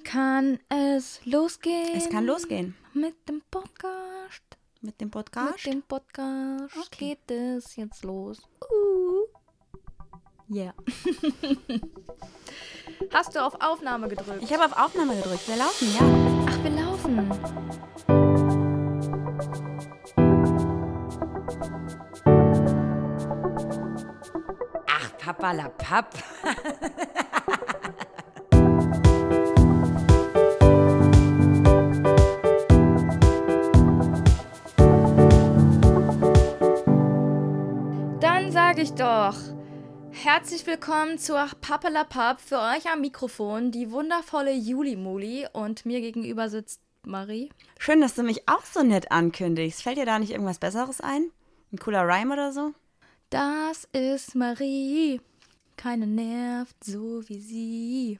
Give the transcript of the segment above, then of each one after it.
kann es losgehen. Es kann losgehen. Mit dem Podcast. Mit dem Podcast? Mit dem Podcast geht es jetzt los. Yeah. Hast du auf Aufnahme gedrückt? Ich habe auf Aufnahme gedrückt. Wir laufen, ja. Ach, wir laufen. Ach, Papalapap. Dann sage ich doch, herzlich willkommen zur Papalapap. Für euch am Mikrofon die wundervolle Juli-Muli und mir gegenüber sitzt Marie. Schön, dass du mich auch so nett ankündigst. Fällt dir da nicht irgendwas Besseres ein? Ein cooler Rhyme oder so? Das ist Marie, keine nervt so wie sie.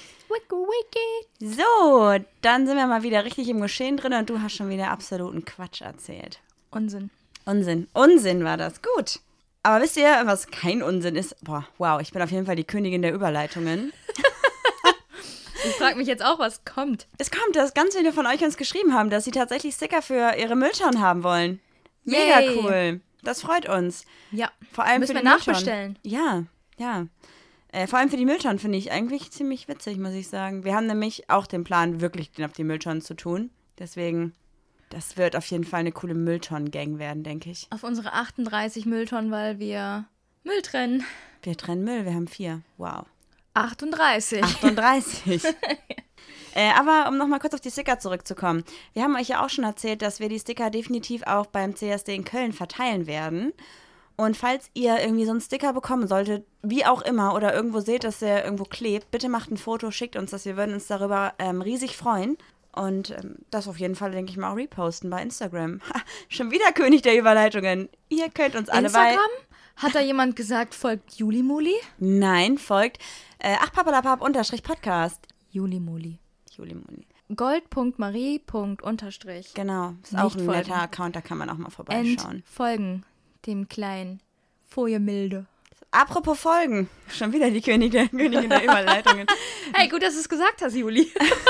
Wiki. So, dann sind wir mal wieder richtig im Geschehen drin und du hast schon wieder absoluten Quatsch erzählt. Unsinn. Unsinn war das. Gut. Aber wisst ihr, was kein Unsinn ist? Boah, wow, ich bin auf jeden Fall die Königin der Überleitungen. Ich frage mich jetzt auch, was kommt. Es kommt, dass ganz viele von euch uns geschrieben haben, dass sie tatsächlich Sticker für ihre Mülltonnen haben wollen. Mega Yay. cool. Das freut uns. Ja, Vor allem müssen für wir die nachbestellen. Mülltonnen. Ja. Vor allem für die Mülltonnen finde ich eigentlich ziemlich witzig, muss ich sagen. Wir haben nämlich auch den Plan, wirklich den auf die Mülltonnen zu tun. Deswegen, das wird auf jeden Fall eine coole Mülltonnen-Gang werden, denke ich. Auf unsere 38 Mülltonnen, weil wir Müll trennen. Wir trennen Müll, wir haben 4. Wow. 38. 38. Aber um nochmal kurz auf die Sticker zurückzukommen. Wir haben euch ja auch schon erzählt, dass wir die Sticker definitiv auch beim CSD in Köln verteilen werden. Und falls ihr irgendwie so einen Sticker bekommen solltet, wie auch immer, oder irgendwo seht, dass der irgendwo klebt, bitte macht ein Foto, schickt uns das. Wir würden uns darüber riesig freuen. Und das auf jeden Fall, denke ich mal, auch reposten bei Instagram. Schon wieder König der Überleitungen. Ihr könnt uns alle Instagram? Hat da jemand gesagt, folgt Juli-Muli? Nein, folgt @papalapap_podcast. Juli-Muli. Juli-Muli. gold.marie._ Genau, ist Nicht auch ein folgen. netter Account, da kann man auch mal vorbeischauen. Entfolgen dem kleinen Foliemilde. Apropos Folgen, schon wieder die Königin der Überleitungen. Hey, gut, dass du es gesagt hast, Juli.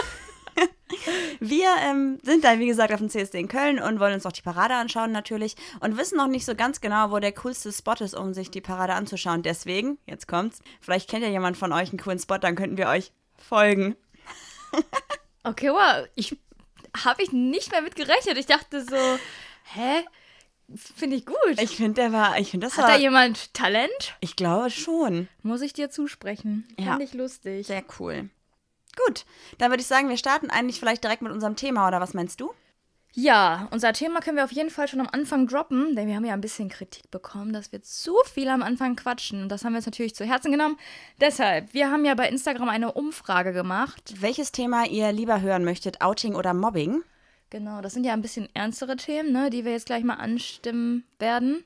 Wir sind dann, wie gesagt, auf dem CSD in Köln und wollen uns auch die Parade anschauen natürlich und wissen noch nicht so ganz genau, wo der coolste Spot ist, um sich die Parade anzuschauen. Deswegen, jetzt kommt's, vielleicht kennt ja jemand von euch einen coolen Spot, dann könnten wir euch folgen. Okay, wow. Habe ich nicht mehr mit gerechnet. Ich dachte so, hä? Finde ich gut. Ich finde, das Hat da jemand Talent? Ich glaube schon. Muss ich dir zusprechen. Ja. Fand ich lustig. Sehr cool. Gut, dann würde ich sagen, wir starten eigentlich vielleicht direkt mit unserem Thema, oder was meinst du? Ja, unser Thema können wir auf jeden Fall schon am Anfang droppen, denn wir haben ja ein bisschen Kritik bekommen, dass wir zu viel am Anfang quatschen. Und das haben wir uns natürlich zu Herzen genommen. Deshalb, wir haben ja bei Instagram eine Umfrage gemacht. Welches Thema ihr lieber hören möchtet, Outing oder Mobbing? Genau, das sind ja ein bisschen ernstere Themen, ne, die wir jetzt gleich mal anstimmen werden.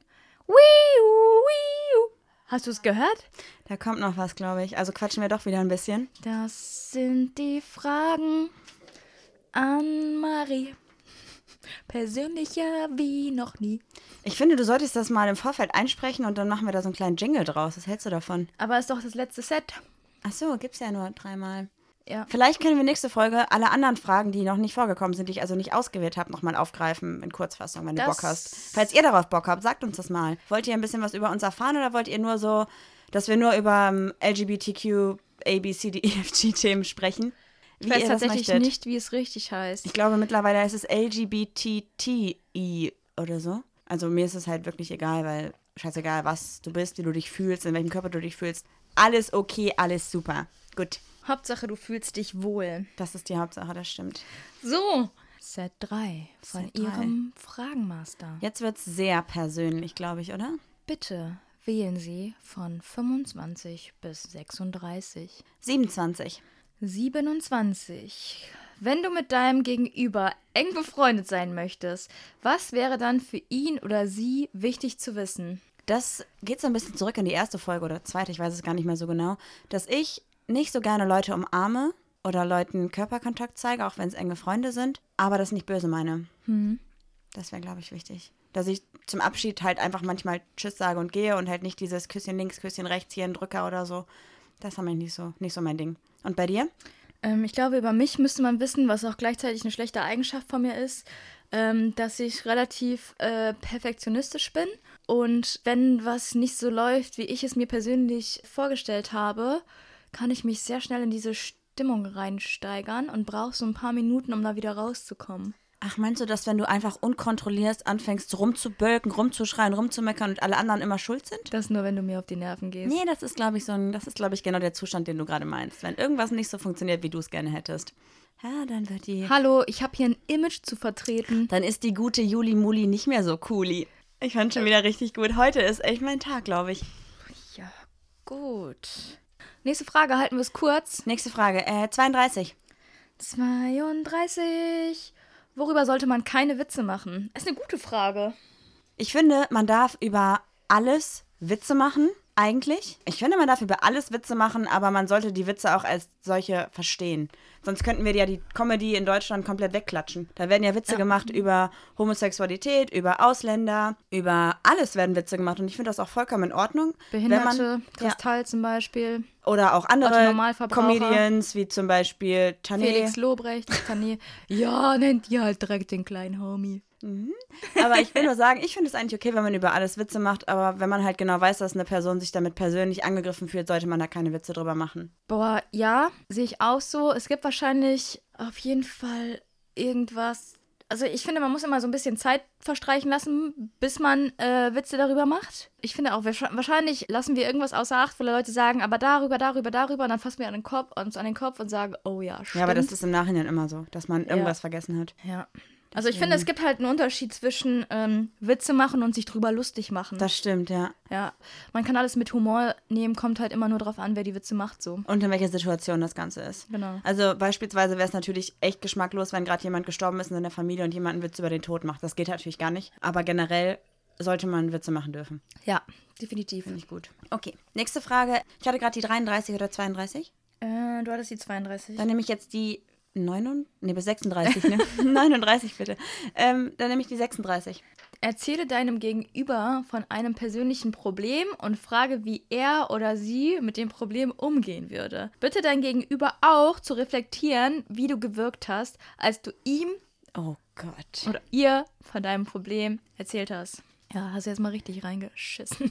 Hast du es gehört? Da kommt noch was, glaube ich. Also quatschen wir doch wieder ein bisschen. Das sind die Fragen an Marie. Persönlicher wie noch nie. Ich finde, du solltest das mal im Vorfeld einsprechen und dann machen wir da so einen kleinen Jingle draus. Was hältst du davon? Aber ist doch das letzte Set. Ach so, gibt's ja nur 3-mal. Ja. Vielleicht können wir nächste Folge alle anderen Fragen, die noch nicht vorgekommen sind, die ich also nicht ausgewählt habe, nochmal aufgreifen in Kurzfassung, wenn du Bock hast. Falls ihr darauf Bock habt, sagt uns das mal. Wollt ihr ein bisschen was über uns erfahren oder wollt ihr nur so, dass wir nur über LGBTQ, ABCDEFG-Themen sprechen? Ich weiß tatsächlich nicht, wie es richtig heißt. Ich glaube, mittlerweile heißt es LGBTTI oder so. Also mir ist es halt wirklich egal, weil scheißegal, was du bist, wie du dich fühlst, in welchem Körper du dich fühlst. Alles okay, alles super. Gut. Hauptsache, du fühlst dich wohl. Das ist die Hauptsache, das stimmt. So, Set 3 von Set 3. Ihrem Fragenmaster. Jetzt wird's sehr persönlich, glaube ich, oder? Bitte wählen Sie von 25 bis 36. 27. 27. Wenn du mit deinem Gegenüber eng befreundet sein möchtest, was wäre dann für ihn oder sie wichtig zu wissen? Das geht so ein bisschen zurück in die erste Folge oder zweite, ich weiß es gar nicht mehr so genau, dass ich nicht so gerne Leute umarme oder Leuten Körperkontakt zeige, auch wenn es enge Freunde sind, aber das nicht böse meine. Das wäre, glaube ich, wichtig. Dass ich zum Abschied halt einfach manchmal Tschüss sage und gehe und halt nicht dieses Küsschen links, Küsschen rechts, hier ein Drücker oder so. Das war mir nicht so mein Ding. Und bei dir? Ich glaube, über mich müsste man wissen, was auch gleichzeitig eine schlechte Eigenschaft von mir ist, dass ich relativ perfektionistisch bin. Und wenn was nicht so läuft, wie ich es mir persönlich vorgestellt habe, kann ich mich sehr schnell in diese Stimmung reinsteigern und brauche so ein paar Minuten, um da wieder rauszukommen. Ach, meinst du, dass wenn du einfach unkontrolliert anfängst rumzubölken, rumzuschreien, rumzumeckern und alle anderen immer schuld sind? Das nur, wenn du mir auf die Nerven gehst. Nee, das ist, glaube ich, genau der Zustand, den du gerade meinst. Wenn irgendwas nicht so funktioniert, wie du es gerne hättest. Ja, dann wird die... Hallo, ich habe hier ein Image zu vertreten. Dann ist die gute Juli Muli nicht mehr so cooli. Ich fand schon wieder richtig gut. Heute ist echt mein Tag, glaube ich. Ja, gut. Nächste Frage, halten wir es kurz. Nächste Frage, 32. 32. Worüber sollte man keine Witze machen? Ist eine gute Frage. Ich finde, man darf über alles Witze machen, eigentlich. Ich finde, man darf über alles Witze machen, aber man sollte die Witze auch als solche verstehen. Sonst könnten wir ja die Comedy in Deutschland komplett wegklatschen. Da werden ja Witze gemacht über Homosexualität, über Ausländer, über alles werden Witze gemacht. Und ich finde das auch vollkommen in Ordnung. Behinderte, Kristall zum Beispiel. Oder auch andere Otto-Normalverbraucher. Comedians, wie zum Beispiel Tané. Felix Lobrecht, Tané. Ja, nennt ihr halt direkt den kleinen Homie. Aber ich will nur sagen, ich finde es eigentlich okay, wenn man über alles Witze macht, aber wenn man halt genau weiß, dass eine Person sich damit persönlich angegriffen fühlt, sollte man da keine Witze drüber machen. Boah, ja, sehe ich auch so. Es gibt wahrscheinlich auf jeden Fall irgendwas. Also ich finde, man muss immer so ein bisschen Zeit verstreichen lassen, bis man Witze darüber macht. Ich finde auch, wahrscheinlich lassen wir irgendwas außer Acht, wo Leute sagen, aber darüber, und dann fassen wir uns an den Kopf und sagen, oh ja, stimmt. Ja, aber das ist im Nachhinein immer so, dass man irgendwas vergessen hat. Ja. Also ich finde, es gibt halt einen Unterschied zwischen Witze machen und sich drüber lustig machen. Das stimmt, ja. Ja, man kann alles mit Humor nehmen, kommt halt immer nur drauf an, wer die Witze macht, so. Und in welcher Situation das Ganze ist. Genau. Also beispielsweise wäre es natürlich echt geschmacklos, wenn gerade jemand gestorben ist in der Familie und jemand einen Witz über den Tod macht. Das geht natürlich gar nicht. Aber generell sollte man Witze machen dürfen. Ja, definitiv. Finde ich gut. Okay, nächste Frage. Ich hatte gerade die 33 oder 32. Du hattest die 32. Dann nehme ich jetzt die 36, ne? 39 bitte. Dann nehme ich die 36. Erzähle deinem Gegenüber von einem persönlichen Problem und frage, wie er oder sie mit dem Problem umgehen würde. Bitte dein Gegenüber auch zu reflektieren, wie du gewirkt hast, als du ihm Oh Gott. oder ihr von deinem Problem erzählt hast. Ja, hast du jetzt mal richtig reingeschissen.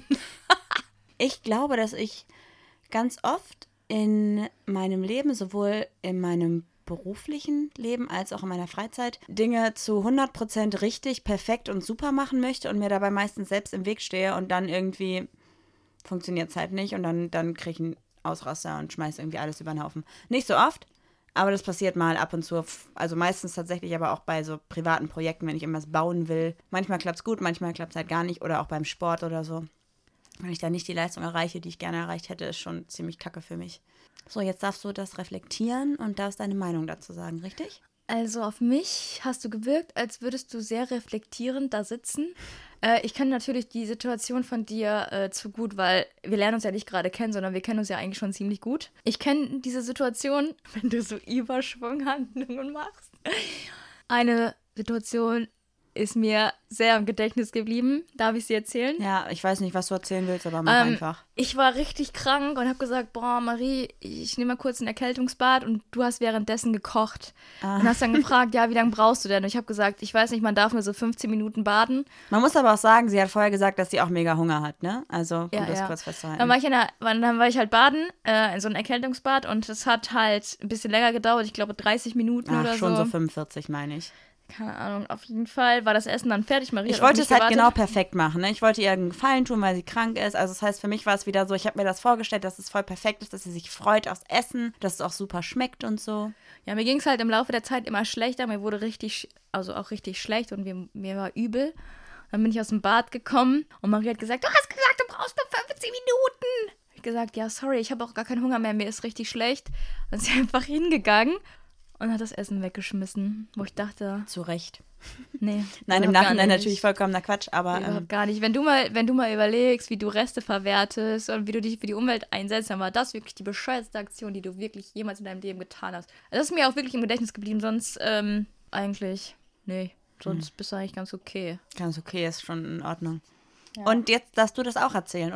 Ich glaube, dass ich ganz oft in meinem Leben, sowohl in meinem beruflichen Leben als auch in meiner Freizeit, Dinge zu 100% richtig, perfekt und super machen möchte und mir dabei meistens selbst im Weg stehe und dann irgendwie funktioniert es halt nicht und dann kriege ich einen Ausraster und schmeiße irgendwie alles über den Haufen. Nicht so oft, aber das passiert mal ab und zu, also meistens tatsächlich aber auch bei so privaten Projekten, wenn ich irgendwas bauen will. Manchmal klappt es gut, manchmal klappt es halt gar nicht oder auch beim Sport oder so. Wenn ich da nicht die Leistung erreiche, die ich gerne erreicht hätte, ist schon ziemlich kacke für mich. So, jetzt darfst du das reflektieren und darfst deine Meinung dazu sagen, richtig? Also auf mich hast du gewirkt, als würdest du sehr reflektierend da sitzen. Ich kenne natürlich die Situation von dir zu gut, weil wir lernen uns ja nicht gerade kennen, sondern wir kennen uns ja eigentlich schon ziemlich gut. Ich kenne diese Situation, wenn du so Überschwunghandlungen machst. Eine Situation ist mir sehr im Gedächtnis geblieben. Darf ich sie erzählen? Ja, ich weiß nicht, was du erzählen willst, aber mach einfach. Ich war richtig krank und habe gesagt, boah, Marie, ich nehme mal kurz ein Erkältungsbad und du hast währenddessen gekocht. Und hast dann gefragt, ja, wie lange brauchst du denn? Und ich habe gesagt, ich weiß nicht, man darf nur so 15 Minuten baden. Man muss aber auch sagen, sie hat vorher gesagt, dass sie auch mega Hunger hat, ne? Also, um das kurz festzuhalten. Dann war ich halt baden, in so einem Erkältungsbad und das hat halt ein bisschen länger gedauert, ich glaube 30 Minuten oder so. Schon so 45, meine ich. Keine Ahnung, auf jeden Fall war das Essen dann fertig. Maria ich wollte es halt genau perfekt machen. Ne? Ich wollte ihr einen Gefallen tun, weil sie krank ist. Also das heißt, für mich war es wieder so, ich habe mir das vorgestellt, dass es voll perfekt ist, dass sie sich freut aufs Essen, dass es auch super schmeckt und so. Ja, mir ging es halt im Laufe der Zeit immer schlechter. Mir wurde auch richtig schlecht und mir war übel. Dann bin ich aus dem Bad gekommen und Maria hat gesagt, du hast gesagt, du brauchst nur 15 Minuten. Ich habe gesagt, ja, sorry, ich habe auch gar keinen Hunger mehr, mir ist richtig schlecht. Dann ist sie einfach hingegangen und hat das Essen weggeschmissen, wo ich dachte... Zu Recht. Nee. Nein, im Nachhinein natürlich vollkommener Quatsch, aber... Überhaupt gar nicht. Wenn du mal überlegst, wie du Reste verwertest und wie du dich für die Umwelt einsetzt, dann war das wirklich die bescheuerste Aktion, die du wirklich jemals in deinem Leben getan hast. Also das ist mir auch wirklich im Gedächtnis geblieben, sonst eigentlich, nee, sonst bist du eigentlich ganz okay. Ganz okay, ist schon in Ordnung. Ja. Und jetzt darfst du das auch erzählen, oder?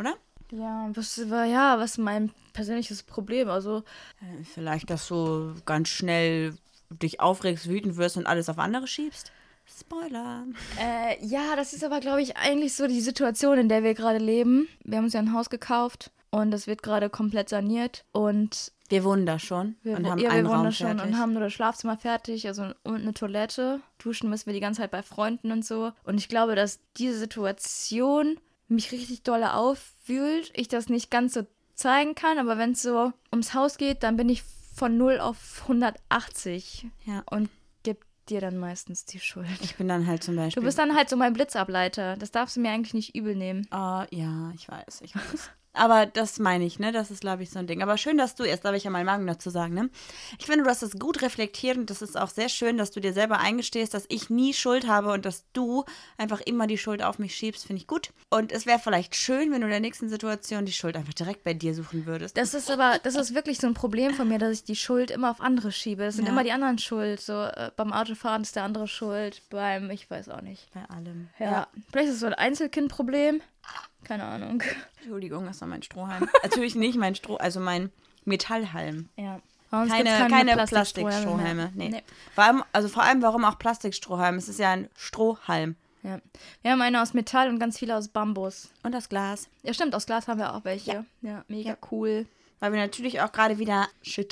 Ja, was ist mein persönliches Problem? Also, Vielleicht, dass du ganz schnell dich aufregst, wütend wirst und alles auf andere schiebst. Spoiler. ja, das ist aber, glaube ich, eigentlich so die Situation, in der wir gerade leben. Wir haben uns ja ein Haus gekauft und das wird gerade komplett saniert und Wir wohnen da schon und haben wir einen wohnen Raum da schon fertig. und haben nur das Schlafzimmer fertig, also und eine Toilette. Duschen müssen wir die ganze Zeit bei Freunden und so. Und ich glaube, dass diese Situation mich richtig dolle aufwühlt. Ich das nicht ganz so zeigen kann, aber wenn es so ums Haus geht, dann bin ich von 0 auf 180 Ja. und gebe dir dann meistens die Schuld. Ich bin dann halt zum Beispiel... Du bist dann halt so mein Blitzableiter. Das darfst du mir eigentlich nicht übel nehmen. Ja, ich weiß. Aber das meine ich, ne? Das ist, glaube ich, so ein Ding. Aber schön, dass du erst, darf ich ja mal Magen dazu sagen, ne? Ich finde, du hast es gut reflektiert und das ist auch sehr schön, dass du dir selber eingestehst, dass ich nie Schuld habe und dass du einfach immer die Schuld auf mich schiebst, finde ich gut. Und es wäre vielleicht schön, wenn du in der nächsten Situation die Schuld einfach direkt bei dir suchen würdest. Das ist wirklich so ein Problem von mir, dass ich die Schuld immer auf andere schiebe. Es sind immer die anderen schuld. So beim Autofahren ist der andere schuld, ich weiß auch nicht. Bei allem. Ja. Vielleicht ist es so ein Einzelkindproblem. Keine Ahnung. Entschuldigung, das war mein Strohhalm. Natürlich nicht mein mein Metallhalm. Ja. Keine Plastikstrohhalme. Nee. Vor allem, warum auch Plastikstrohhalm? Es ist ja ein Strohhalm. Ja. Wir haben eine aus Metall und ganz viele aus Bambus. Und das Glas. Ja, stimmt, aus Glas haben wir auch welche. Ja, mega cool. Weil wir natürlich auch gerade wieder... Shit.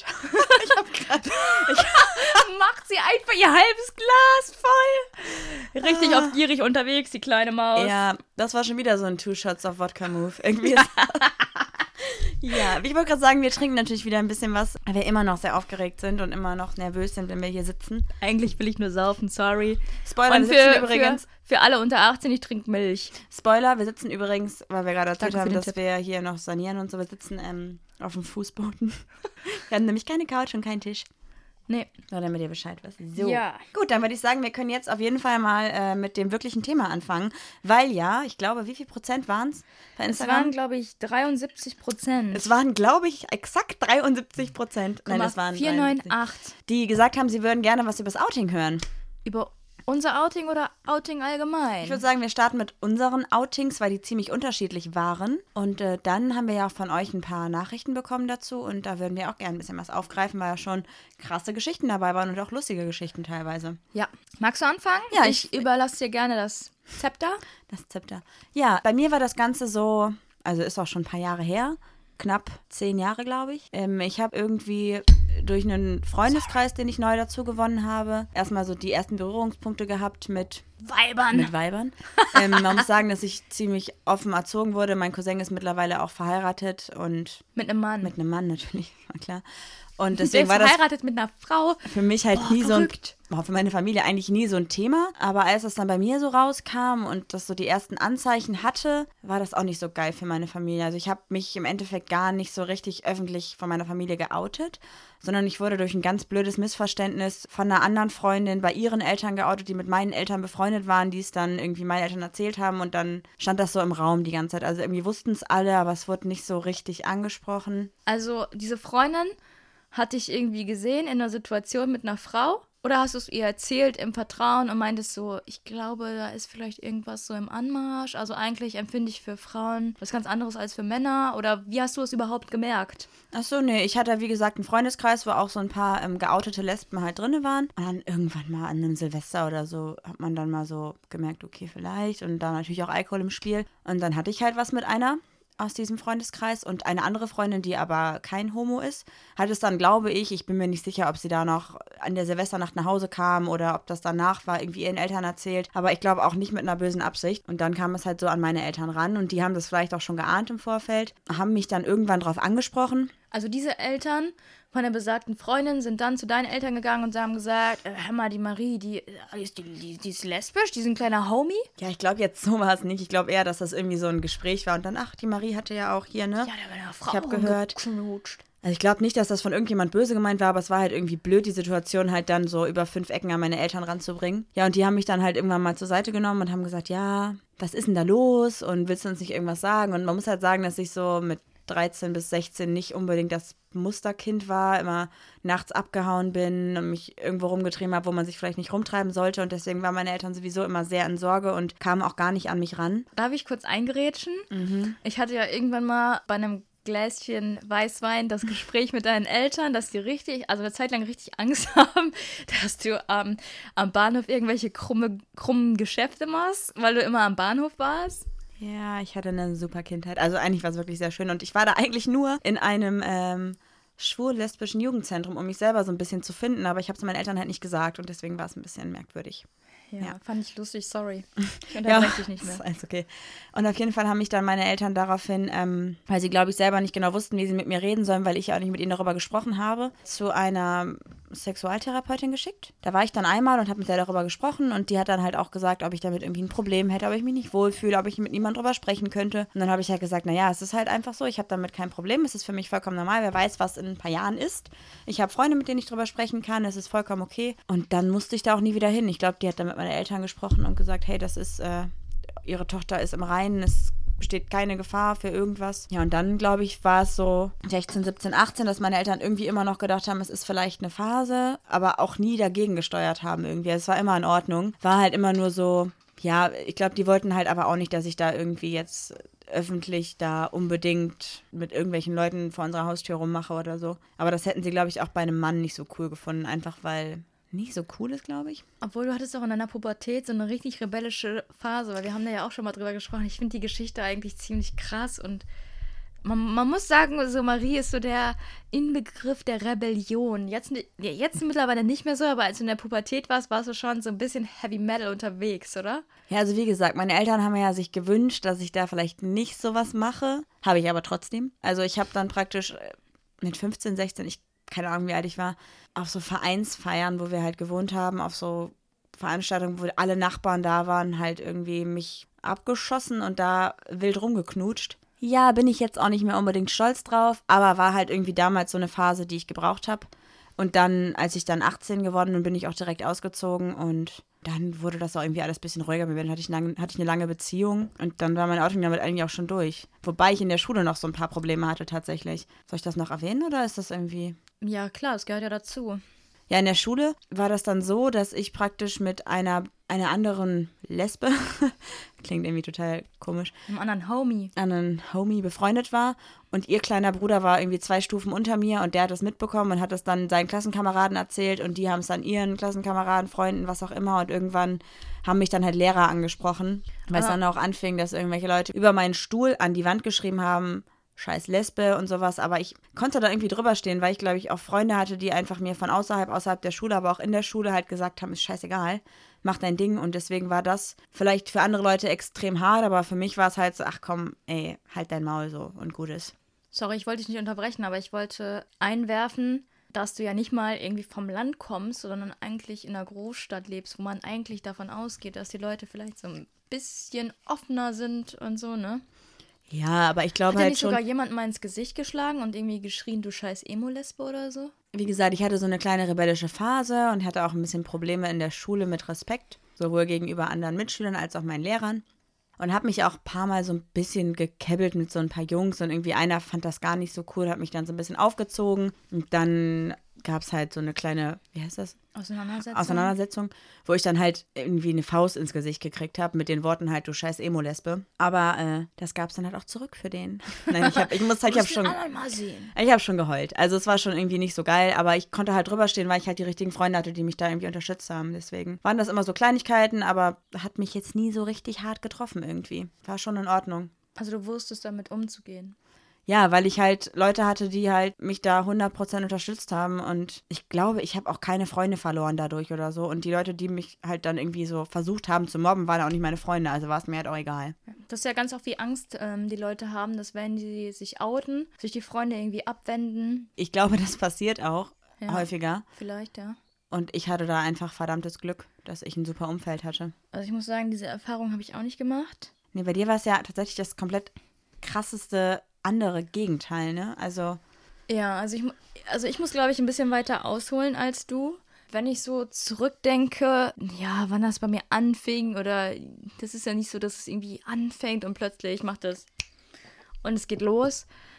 Macht sie einfach ihr halbes Glas voll. Richtig auf gierig unterwegs, die kleine Maus. Ja, das war schon wieder so ein Two-Shots-of-Vodka-Move. Irgendwie ist... Ja, ich wollte gerade sagen, wir trinken natürlich wieder ein bisschen was, weil wir immer noch sehr aufgeregt sind und immer noch nervös sind, wenn wir hier sitzen. Eigentlich will ich nur saufen, sorry. Spoiler, und wir sitzen übrigens... Für alle unter 18, ich trinke Milch. Spoiler, wir sitzen übrigens, weil wir gerade erzählt Danke für haben, den dass Tipp. wir hier noch sanieren und so, wir sitzen auf dem Fußboden. Wir haben nämlich keine Couch und keinen Tisch. Nee. Nur damit ihr Bescheid wisst. So. Ja. Gut, dann würde ich sagen, wir können jetzt auf jeden Fall mal mit dem wirklichen Thema anfangen. Weil ja, ich glaube, wie viel Prozent waren es bei Es Instagram? waren, glaube ich, 73%. Es waren, glaube ich, exakt 73%. Nein, es waren 498. Die gesagt haben, sie würden gerne was übers Outing hören. Über unser Outing oder Outing allgemein? Ich würde sagen, wir starten mit unseren Outings, weil die ziemlich unterschiedlich waren. Und dann haben wir ja auch von euch ein paar Nachrichten bekommen dazu. Und da würden wir auch gerne ein bisschen was aufgreifen, weil ja schon krasse Geschichten dabei waren und auch lustige Geschichten teilweise. Ja. Magst du anfangen? Ja, ich überlasse dir gerne das Zepter. Das Zepter. Ja, bei mir war das Ganze so, also ist auch schon ein paar Jahre her. Knapp 10 Jahre, glaube ich. Ich habe irgendwie durch einen Freundeskreis, den ich neu dazu gewonnen habe, erstmal so die ersten Berührungspunkte gehabt mit Weibern. Man muss sagen, dass ich ziemlich offen erzogen wurde. Mein Cousin ist mittlerweile auch verheiratet und Mit einem Mann. mit einem Mann natürlich, war klar. Und deswegen war Der ist das verheiratet mit einer Frau. für mich halt nie verrückt. für meine Familie eigentlich nie so ein Thema. Aber als das dann bei mir so rauskam und das so die ersten Anzeichen hatte, war das auch nicht so geil für meine Familie. Also ich habe mich im Endeffekt gar nicht so richtig öffentlich von meiner Familie geoutet, sondern ich wurde durch ein ganz blödes Missverständnis von einer anderen Freundin bei ihren Eltern geoutet, die mit meinen Eltern befreundet waren, die es dann irgendwie meinen Eltern erzählt haben und dann stand das so im Raum die ganze Zeit. Also irgendwie wussten es alle, aber es wurde nicht so richtig angesprochen. Also diese Freundin hat dich irgendwie gesehen in einer Situation mit einer Frau? Oder hast du es ihr erzählt im Vertrauen und meintest so, ich glaube, da ist vielleicht irgendwas so im Anmarsch? Also eigentlich empfinde ich für Frauen was ganz anderes als für Männer. Oder wie hast du es überhaupt gemerkt? Ach so, nee, ich hatte, wie gesagt, einen Freundeskreis, wo auch so ein paar geoutete Lesben halt drin waren. Und dann irgendwann mal an einem Silvester oder so hat man dann mal so gemerkt, okay, vielleicht. Und da natürlich auch Alkohol im Spiel. Und dann hatte ich halt was mit einer aus diesem Freundeskreis und eine andere Freundin, die aber kein Homo ist, hat es dann, glaube ich bin mir nicht sicher, ob sie da noch an der Silvesternacht nach Hause kam oder ob das danach war, irgendwie ihren Eltern erzählt, aber ich glaube auch nicht mit einer bösen Absicht. Und dann kam es halt so an meine Eltern ran und die haben das vielleicht auch schon geahnt im Vorfeld, haben mich dann irgendwann drauf angesprochen. Also diese Eltern von der besagten Freundin sind dann zu deinen Eltern gegangen und sie haben gesagt, hör mal, die Marie, die ist lesbisch, die ist ein kleiner Homie. Ja, ich glaube jetzt so war es nicht. Ich glaube eher, dass das irgendwie so ein Gespräch war und dann, ach, die Marie hatte ja auch hier, ne? Ja, der war eine Frau. Ich habe gehört. Rumgeknutscht. Also ich glaube nicht, dass das von irgendjemand böse gemeint war, aber es war halt irgendwie blöd, die Situation halt dann so über 5 Ecken an meine Eltern ranzubringen. Ja, und die haben mich dann halt irgendwann mal zur Seite genommen und haben gesagt, ja, was ist denn da los und willst du uns nicht irgendwas sagen? Und man muss halt sagen, dass ich so mit 13 bis 16 nicht unbedingt das Musterkind war, immer nachts abgehauen bin und mich irgendwo rumgetrieben habe, wo man sich vielleicht nicht rumtreiben sollte. Und deswegen waren meine Eltern sowieso immer sehr in Sorge und kamen auch gar nicht an mich ran. Darf ich kurz eingerätschen? Ich hatte ja irgendwann mal bei einem Gläschen Weißwein das Gespräch mit deinen Eltern, dass die eine Zeit lang richtig Angst haben, dass du am Bahnhof irgendwelche krummen Geschäfte machst, weil du immer am Bahnhof warst. Ja, ich hatte eine super Kindheit. Also eigentlich war es wirklich sehr schön. Und ich war da eigentlich nur in einem schwul-lesbischen Jugendzentrum, um mich selber so ein bisschen zu finden. Aber ich habe es meinen Eltern halt nicht gesagt und deswegen war es ein bisschen merkwürdig. Ja, fand ich lustig, sorry. Ich unterbreche dich nicht mehr. Ist alles okay. Und auf jeden Fall haben mich dann meine Eltern daraufhin, weil sie, glaube ich, selber nicht genau wussten, wie sie mit mir reden sollen, weil ich ja auch nicht mit ihnen darüber gesprochen habe, zu einer Sexualtherapeutin geschickt. Da war ich dann einmal und habe mit der darüber gesprochen und die hat dann halt auch gesagt, ob ich damit irgendwie ein Problem hätte, ob ich mich nicht wohlfühle, ob ich mit niemandem drüber sprechen könnte. Und dann habe ich halt gesagt, naja, es ist halt einfach so, ich habe damit kein Problem, es ist für mich vollkommen normal, wer weiß, was in ein paar Jahren ist. Ich habe Freunde, mit denen ich drüber sprechen kann, es ist vollkommen okay. Und dann musste ich da auch nie wieder hin. Ich glaube, die hat dann mit meinen Eltern gesprochen und gesagt, hey, das ist, ihre Tochter ist im Reinen, es besteht keine Gefahr für irgendwas. Ja, und dann, glaube ich, war es so 16, 17, 18, dass meine Eltern irgendwie immer noch gedacht haben, es ist vielleicht eine Phase, aber auch nie dagegen gesteuert haben irgendwie. Es war immer in Ordnung. War halt immer nur so, ja, ich glaube, die wollten halt aber auch nicht, dass ich da irgendwie jetzt öffentlich da unbedingt mit irgendwelchen Leuten vor unserer Haustür rummache oder so. Aber das hätten sie, glaube ich, auch bei einem Mann nicht so cool gefunden, einfach weil nicht so cool ist, glaube ich. Obwohl, du hattest auch in deiner Pubertät so eine richtig rebellische Phase, weil wir haben da ja auch schon mal drüber gesprochen. Ich finde die Geschichte eigentlich ziemlich krass und man muss sagen, so Marie ist so der Inbegriff der Rebellion. Jetzt mittlerweile nicht mehr so, aber als du in der Pubertät warst du schon so ein bisschen Heavy Metal unterwegs, oder? Ja, also wie gesagt, meine Eltern haben ja sich gewünscht, dass ich da vielleicht nicht sowas mache. Habe ich aber trotzdem. Also ich habe dann praktisch mit 15, 16, keine Ahnung, wie alt ich war, auf so Vereinsfeiern, wo wir halt gewohnt haben, auf so Veranstaltungen, wo alle Nachbarn da waren, halt irgendwie mich abgeschossen und da wild rumgeknutscht. Ja, bin ich jetzt auch nicht mehr unbedingt stolz drauf, aber war halt irgendwie damals so eine Phase, die ich gebraucht habe. Und dann, als ich dann 18 geworden bin, bin ich auch direkt ausgezogen und dann wurde das auch irgendwie alles ein bisschen ruhiger. Dann hatte ich eine lange Beziehung und dann war mein Outing damit eigentlich auch schon durch. Wobei ich in der Schule noch so ein paar Probleme hatte tatsächlich. Soll ich das noch erwähnen oder ist das irgendwie... Ja, klar, das gehört ja dazu. Ja, in der Schule war das dann so, dass ich praktisch mit einer anderen Lesbe, klingt irgendwie total komisch, Einem anderen Homie befreundet war und ihr kleiner Bruder war irgendwie 2 Stufen unter mir und der hat das mitbekommen und hat das dann seinen Klassenkameraden erzählt und die haben es dann ihren Klassenkameraden, Freunden, was auch immer und irgendwann haben mich dann halt Lehrer angesprochen, weil es dann auch anfing, dass irgendwelche Leute über meinen Stuhl an die Wand geschrieben haben, scheiß Lesbe und sowas, aber ich konnte da irgendwie drüber stehen, weil ich, glaube ich, auch Freunde hatte, die einfach mir von außerhalb der Schule, aber auch in der Schule halt gesagt haben, ist scheißegal, mach dein Ding und deswegen war das vielleicht für andere Leute extrem hart, aber für mich war es halt so, ach komm, ey, halt dein Maul so und gut ist. Sorry, ich wollte dich nicht unterbrechen, aber ich wollte einwerfen, dass du ja nicht mal irgendwie vom Land kommst, sondern eigentlich in einer Großstadt lebst, wo man eigentlich davon ausgeht, dass die Leute vielleicht so ein bisschen offener sind und so, ne? Ja, aber ich glaube halt halt nicht schon... sogar jemand mal ins Gesicht geschlagen und irgendwie geschrien, du scheiß Emo-Lesbe oder so? Wie gesagt, ich hatte so eine kleine rebellische Phase und hatte auch ein bisschen Probleme in der Schule mit Respekt, sowohl gegenüber anderen Mitschülern als auch meinen Lehrern. Und habe mich auch ein paar Mal so ein bisschen gekebbelt mit so ein paar Jungs und irgendwie einer fand das gar nicht so cool, hat mich dann so ein bisschen aufgezogen und dann gab es halt so eine kleine, wie heißt das? Auseinandersetzung, wo ich dann halt irgendwie eine Faust ins Gesicht gekriegt habe mit den Worten halt, du scheiß Emo-Lesbe. Aber das gab es dann halt auch zurück für den. Nein, ich habe schon geheult. Also es war schon irgendwie nicht so geil, aber ich konnte halt drüber stehen, weil ich halt die richtigen Freunde hatte, die mich da irgendwie unterstützt haben. Deswegen waren das immer so Kleinigkeiten, aber hat mich jetzt nie so richtig hart getroffen irgendwie. War schon in Ordnung. Also du wusstest damit umzugehen. Ja, weil ich halt Leute hatte, die halt mich da 100% unterstützt haben und ich glaube, ich habe auch keine Freunde verloren dadurch oder so und die Leute, die mich halt dann irgendwie so versucht haben zu mobben, waren auch nicht meine Freunde, also war es mir halt auch egal. Das ist ja ganz oft die Angst, die Leute haben, dass wenn die sich outen, sich die Freunde irgendwie abwenden. Ich glaube, das passiert auch häufiger. Vielleicht, ja. Und ich hatte da einfach verdammtes Glück, dass ich ein super Umfeld hatte. Also ich muss sagen, diese Erfahrung habe ich auch nicht gemacht. Nee, bei dir war es ja tatsächlich das komplett krasseste andere Gegenteil, ne? Also. Ja, also ich muss, glaube ich, ein bisschen weiter ausholen als du. Wenn ich so zurückdenke, ja, wann das bei mir anfing oder das ist ja nicht so, dass es irgendwie anfängt und plötzlich macht das und es geht los.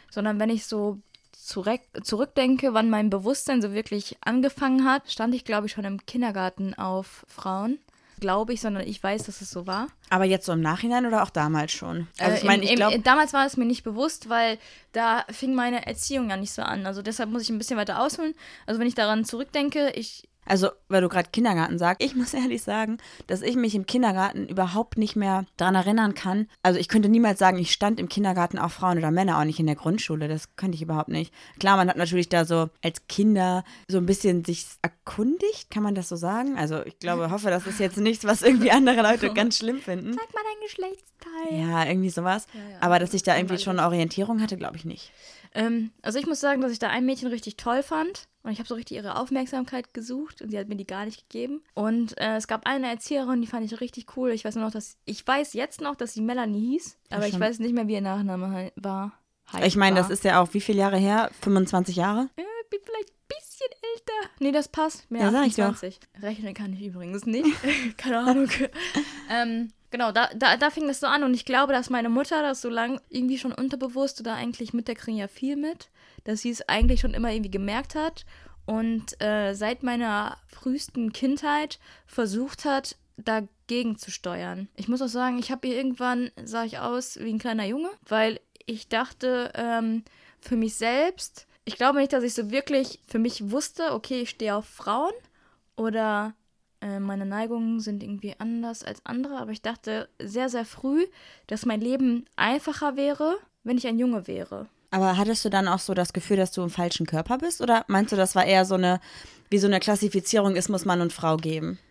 sondern wenn ich so zurückdenke, wann mein Bewusstsein so wirklich angefangen hat, stand ich, glaube ich, schon im Kindergarten auf Frauen. Glaube ich, sondern ich weiß, dass es so war. Aber jetzt so im Nachhinein oder auch damals schon? Also ich meine, ich glaube... Damals war es mir nicht bewusst, weil da fing meine Erziehung ja nicht so an. Also deshalb muss ich ein bisschen weiter ausholen. Also wenn ich daran zurückdenke, Also, weil du gerade Kindergarten sagst, ich muss ehrlich sagen, dass ich mich im Kindergarten überhaupt nicht mehr daran erinnern kann. Also ich könnte niemals sagen, ich stand im Kindergarten auf Frauen oder Männer, auch nicht in der Grundschule. Das könnte ich überhaupt nicht. Klar, man hat natürlich da so als Kinder so ein bisschen sich erkundigt, kann man das so sagen? Also ich hoffe, das ist jetzt nichts, was irgendwie andere Leute ganz schlimm finden. Sag mal dein Geschlechtsteil. Ja, irgendwie sowas. Ja. Aber dass ich da irgendwie schon eine Orientierung hatte, glaube ich nicht. Also ich muss sagen, dass ich da ein Mädchen richtig toll fand. Und ich habe so richtig ihre Aufmerksamkeit gesucht und sie hat mir die gar nicht gegeben. Und es gab eine Erzieherin, die fand ich richtig cool. Ich weiß jetzt noch, dass sie Melanie hieß, aber ich weiß nicht mehr, wie ihr Nachname war. Ich meine, das ist ja auch wie viele Jahre her? 25 Jahre? Ich bin vielleicht ein bisschen älter. Nee, das passt. Mehr ja, 28. Rechnen kann ich übrigens nicht. Keine Ahnung. Genau, da fing das so an und ich glaube, dass meine Mutter das so lang irgendwie schon unterbewusst oder eigentlich mit, der kriegen ja viel mit, dass sie es eigentlich schon immer irgendwie gemerkt hat und seit meiner frühesten Kindheit versucht hat, dagegen zu steuern. Ich muss auch sagen, irgendwann sah ich aus wie ein kleiner Junge, weil ich dachte, für mich selbst, ich glaube nicht, dass ich so wirklich für mich wusste, okay, ich stehe auf Frauen oder meine Neigungen sind irgendwie anders als andere, aber ich dachte sehr, sehr früh, dass mein Leben einfacher wäre, wenn ich ein Junge wäre. Aber hattest du dann auch so das Gefühl, dass du im falschen Körper bist? Oder meinst du, das war eher wie so eine Klassifizierung ist, muss Mann und Frau geben?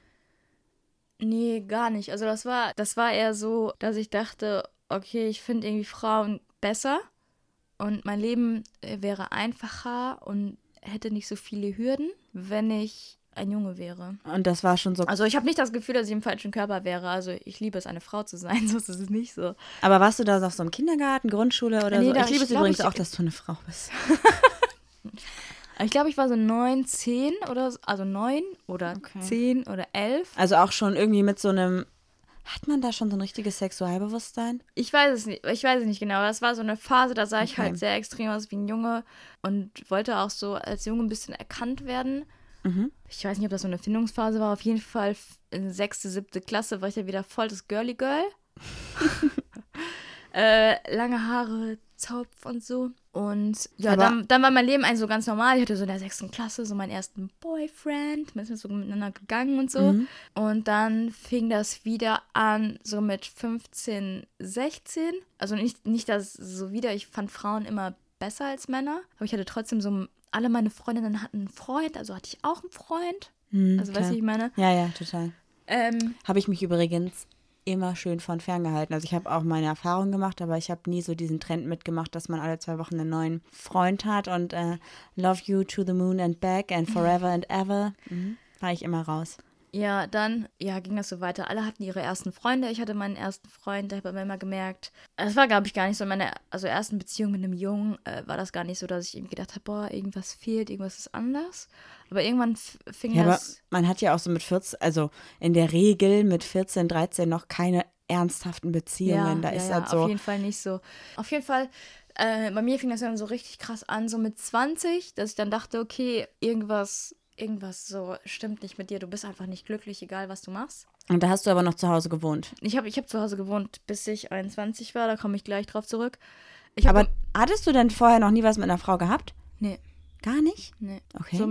Nee, gar nicht. Also das war eher so, dass ich dachte, okay, ich finde irgendwie Frauen besser und mein Leben wäre einfacher und hätte nicht so viele Hürden, wenn ich ein Junge wäre. Und das war schon so... Also ich habe nicht das Gefühl, dass ich im falschen Körper wäre. Also ich liebe es, eine Frau zu sein, so ist es nicht so. Aber warst du da auf so einem Kindergarten, Grundschule oder so? Ich liebe es übrigens auch, dass du eine Frau bist. Ich glaube, ich war so 9, 10 oder so, also 9 oder 10 oder 11. Also auch schon irgendwie mit so einem... Hat man da schon so ein richtiges Sexualbewusstsein? Ich weiß es nicht genau. Das war so eine Phase, da sah ich halt sehr extrem aus wie ein Junge und wollte auch so als Junge ein bisschen erkannt werden. Ich weiß nicht, ob das so eine Findungsphase war. Auf jeden Fall in 6., 7. Klasse war ich ja wieder voll das Girly Girl. Lange Haare, Zopf und so. Und ja, dann war mein Leben so ganz normal. Ich hatte so in der 6. Klasse so meinen ersten Boyfriend. Wir sind so miteinander gegangen und so. Und dann fing das wieder an, so mit 15, 16. Also nicht das so wieder. Ich fand Frauen immer besser als Männer. Aber ich hatte trotzdem alle meine Freundinnen hatten einen Freund, also hatte ich auch einen Freund. Also weißt du, wie ich meine? Ja, total. Habe ich mich übrigens immer schön von ferngehalten. Also ich habe auch meine Erfahrungen gemacht, aber ich habe nie so diesen Trend mitgemacht, dass man alle 2 Wochen einen neuen Freund hat und love you to the moon and back and forever and ever. War ich immer raus. Ja, dann ging das so weiter. Alle hatten ihre ersten Freunde. Ich hatte meinen ersten Freund, da habe ich immer gemerkt, es war, glaube ich, gar nicht so in meiner ersten Beziehung mit einem Jungen, war das gar nicht so, dass ich irgendwie gedacht habe, boah, irgendwas fehlt, irgendwas ist anders. Aber irgendwann fing das... Aber man hat ja auch so mit 14, also in der Regel mit 14, 13 noch keine ernsthaften Beziehungen. Da ist halt so... auf jeden Fall nicht so. Auf jeden Fall, bei mir fing das dann so richtig krass an, so mit 20, dass ich dann dachte, okay, irgendwas so stimmt nicht mit dir. Du bist einfach nicht glücklich, egal was du machst. Und da hast du aber noch zu Hause gewohnt? Ich hab zu Hause gewohnt, bis ich 21 war. Da komme ich gleich drauf zurück. Aber hattest du denn vorher noch nie was mit einer Frau gehabt? Nee. Gar nicht? Nee. Okay. So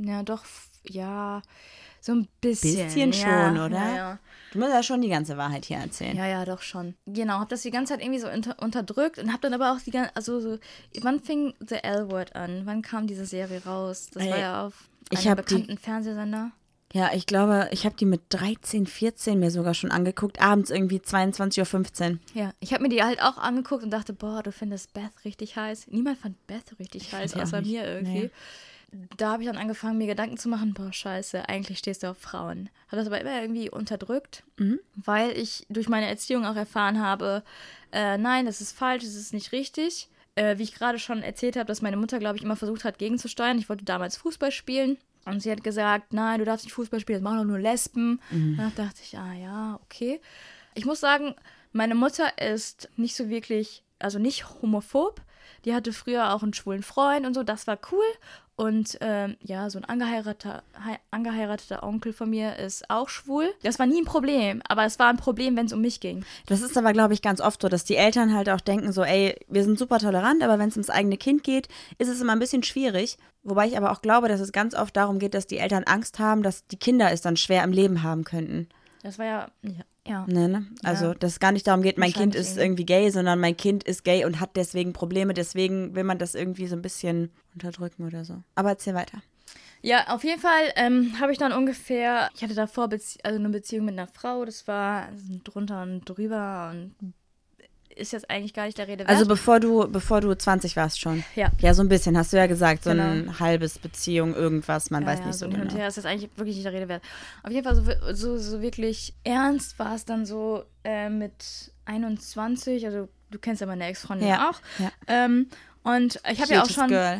ein bisschen. Bisschen schon, oder? Ja. Du musst ja schon die ganze Wahrheit hier erzählen. Ja, doch schon. Genau, hab das die ganze Zeit irgendwie so unterdrückt und hab dann aber auch wann fing The L-Word an? Wann kam diese Serie raus? Das war ja auf einem bekannten Fernsehsender. Ja, ich glaube, ich habe die mit 13, 14 mir sogar schon angeguckt, abends irgendwie 22:15 Uhr. Ja, ich habe mir die halt auch angeguckt und dachte, boah, du findest Beth richtig heiß. Niemand fand Beth richtig heiß, außer mir irgendwie. Nee. Da habe ich dann angefangen, mir Gedanken zu machen, boah, scheiße, eigentlich stehst du auf Frauen. Habe das aber immer irgendwie unterdrückt, weil ich durch meine Erziehung auch erfahren habe, nein, das ist falsch, das ist nicht richtig. Wie ich gerade schon erzählt habe, dass meine Mutter, glaube ich, immer versucht hat, gegenzusteuern. Ich wollte damals Fußball spielen und sie hat gesagt, nein, du darfst nicht Fußball spielen, das machen doch nur Lesben. Dann dachte ich, ja, okay. Ich muss sagen, meine Mutter ist nicht so wirklich, also nicht homophob, Die hatte früher auch einen schwulen Freund und so, das war cool. Und so ein angeheirateter Onkel von mir ist auch schwul. Das war nie ein Problem, aber es war ein Problem, wenn es um mich ging. Das ist aber, glaube ich, ganz oft so, dass die Eltern halt auch denken so, ey, wir sind super tolerant, aber wenn es ums eigene Kind geht, ist es immer ein bisschen schwierig. Wobei ich aber auch glaube, dass es ganz oft darum geht, dass die Eltern Angst haben, dass die Kinder es dann schwer im Leben haben könnten. Das war ja. Ne? Also, dass es gar nicht darum geht, mein Kind ist irgendwie gay, sondern mein Kind ist gay und hat deswegen Probleme, deswegen will man das irgendwie so ein bisschen unterdrücken oder so. Aber erzähl weiter. Ja, auf jeden Fall habe ich dann ungefähr, ich hatte davor eine Beziehung mit einer Frau, das war drunter und drüber und ist jetzt eigentlich gar nicht der Rede wert. Also bevor du 20 warst schon? Ja. Ja, so ein bisschen, hast du ja gesagt, so genau. ein halbes Beziehung, irgendwas, man weiß nicht so hin und genau. her ist das eigentlich wirklich nicht der Rede wert. Auf jeden Fall so wirklich ernst war es dann so mit 21, also du kennst ja meine Ex-Freundin auch. Ja. Und ich habe ja auch schon... Girl.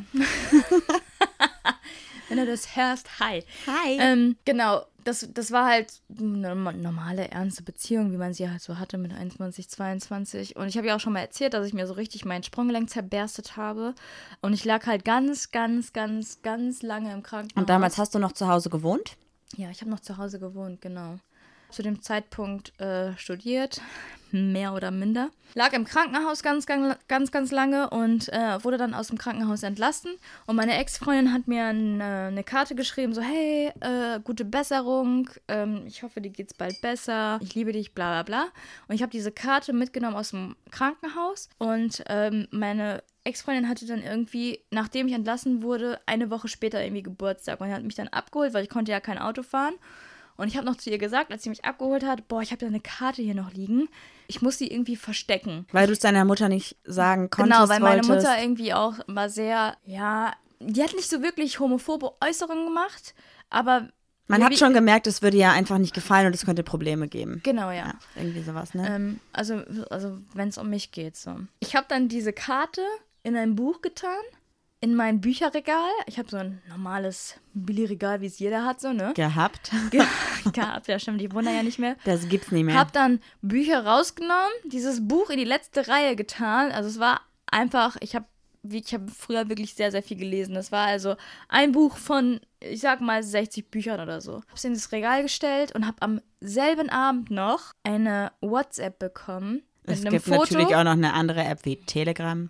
Wenn du das hörst, hi. Hi. Genau, das war halt eine normale, ernste Beziehung, wie man sie halt so hatte mit 21, 22. Und ich habe ja auch schon mal erzählt, dass ich mir so richtig mein Sprunggelenk zerberstet habe. Und ich lag halt ganz, ganz, ganz, ganz lange im Krankenhaus. Und damals hast du noch zu Hause gewohnt? Ja, ich habe noch zu Hause gewohnt, genau. Zu dem Zeitpunkt studiert, mehr oder minder. Lag im Krankenhaus ganz, ganz, ganz, ganz lange und wurde dann aus dem Krankenhaus entlassen. Und meine Ex-Freundin hat mir eine Karte geschrieben, so, hey, gute Besserung, ich hoffe, dir geht's bald besser, ich liebe dich, bla bla bla. Und ich habe diese Karte mitgenommen aus dem Krankenhaus und meine Ex-Freundin hatte dann irgendwie, nachdem ich entlassen wurde, eine Woche später irgendwie Geburtstag und hat mich dann abgeholt, weil ich konnte ja kein Auto fahren. Und ich habe noch zu ihr gesagt, als sie mich abgeholt hat, boah, ich habe da eine Karte hier noch liegen. Ich muss sie irgendwie verstecken. Weil du es deiner Mutter nicht sagen konntest, genau, weil meine Mutter irgendwie auch mal sehr, ja, die hat nicht so wirklich homophobe Äußerungen gemacht, aber... Man hat schon gemerkt, es würde ja einfach nicht gefallen und es könnte Probleme geben. Genau, ja. Irgendwie sowas, ne? Also wenn es um mich geht, so. Ich habe dann diese Karte in ein Buch getan, in mein Bücherregal. Ich habe so ein normales Billigregal, wie es jeder hat, so, ne? Gehabt. Gehabt, ja stimmt, ich wundere ja nicht mehr. Das gibt's nicht mehr. Hab dann Bücher rausgenommen, dieses Buch in die letzte Reihe getan. Also es war einfach, ich habe früher wirklich sehr, sehr viel gelesen. Das war also ein Buch von, ich sag mal, 60 Büchern oder so. Hab's in das Regal gestellt und hab am selben Abend noch eine WhatsApp bekommen. Es gibt natürlich auch noch eine andere App wie Telegram.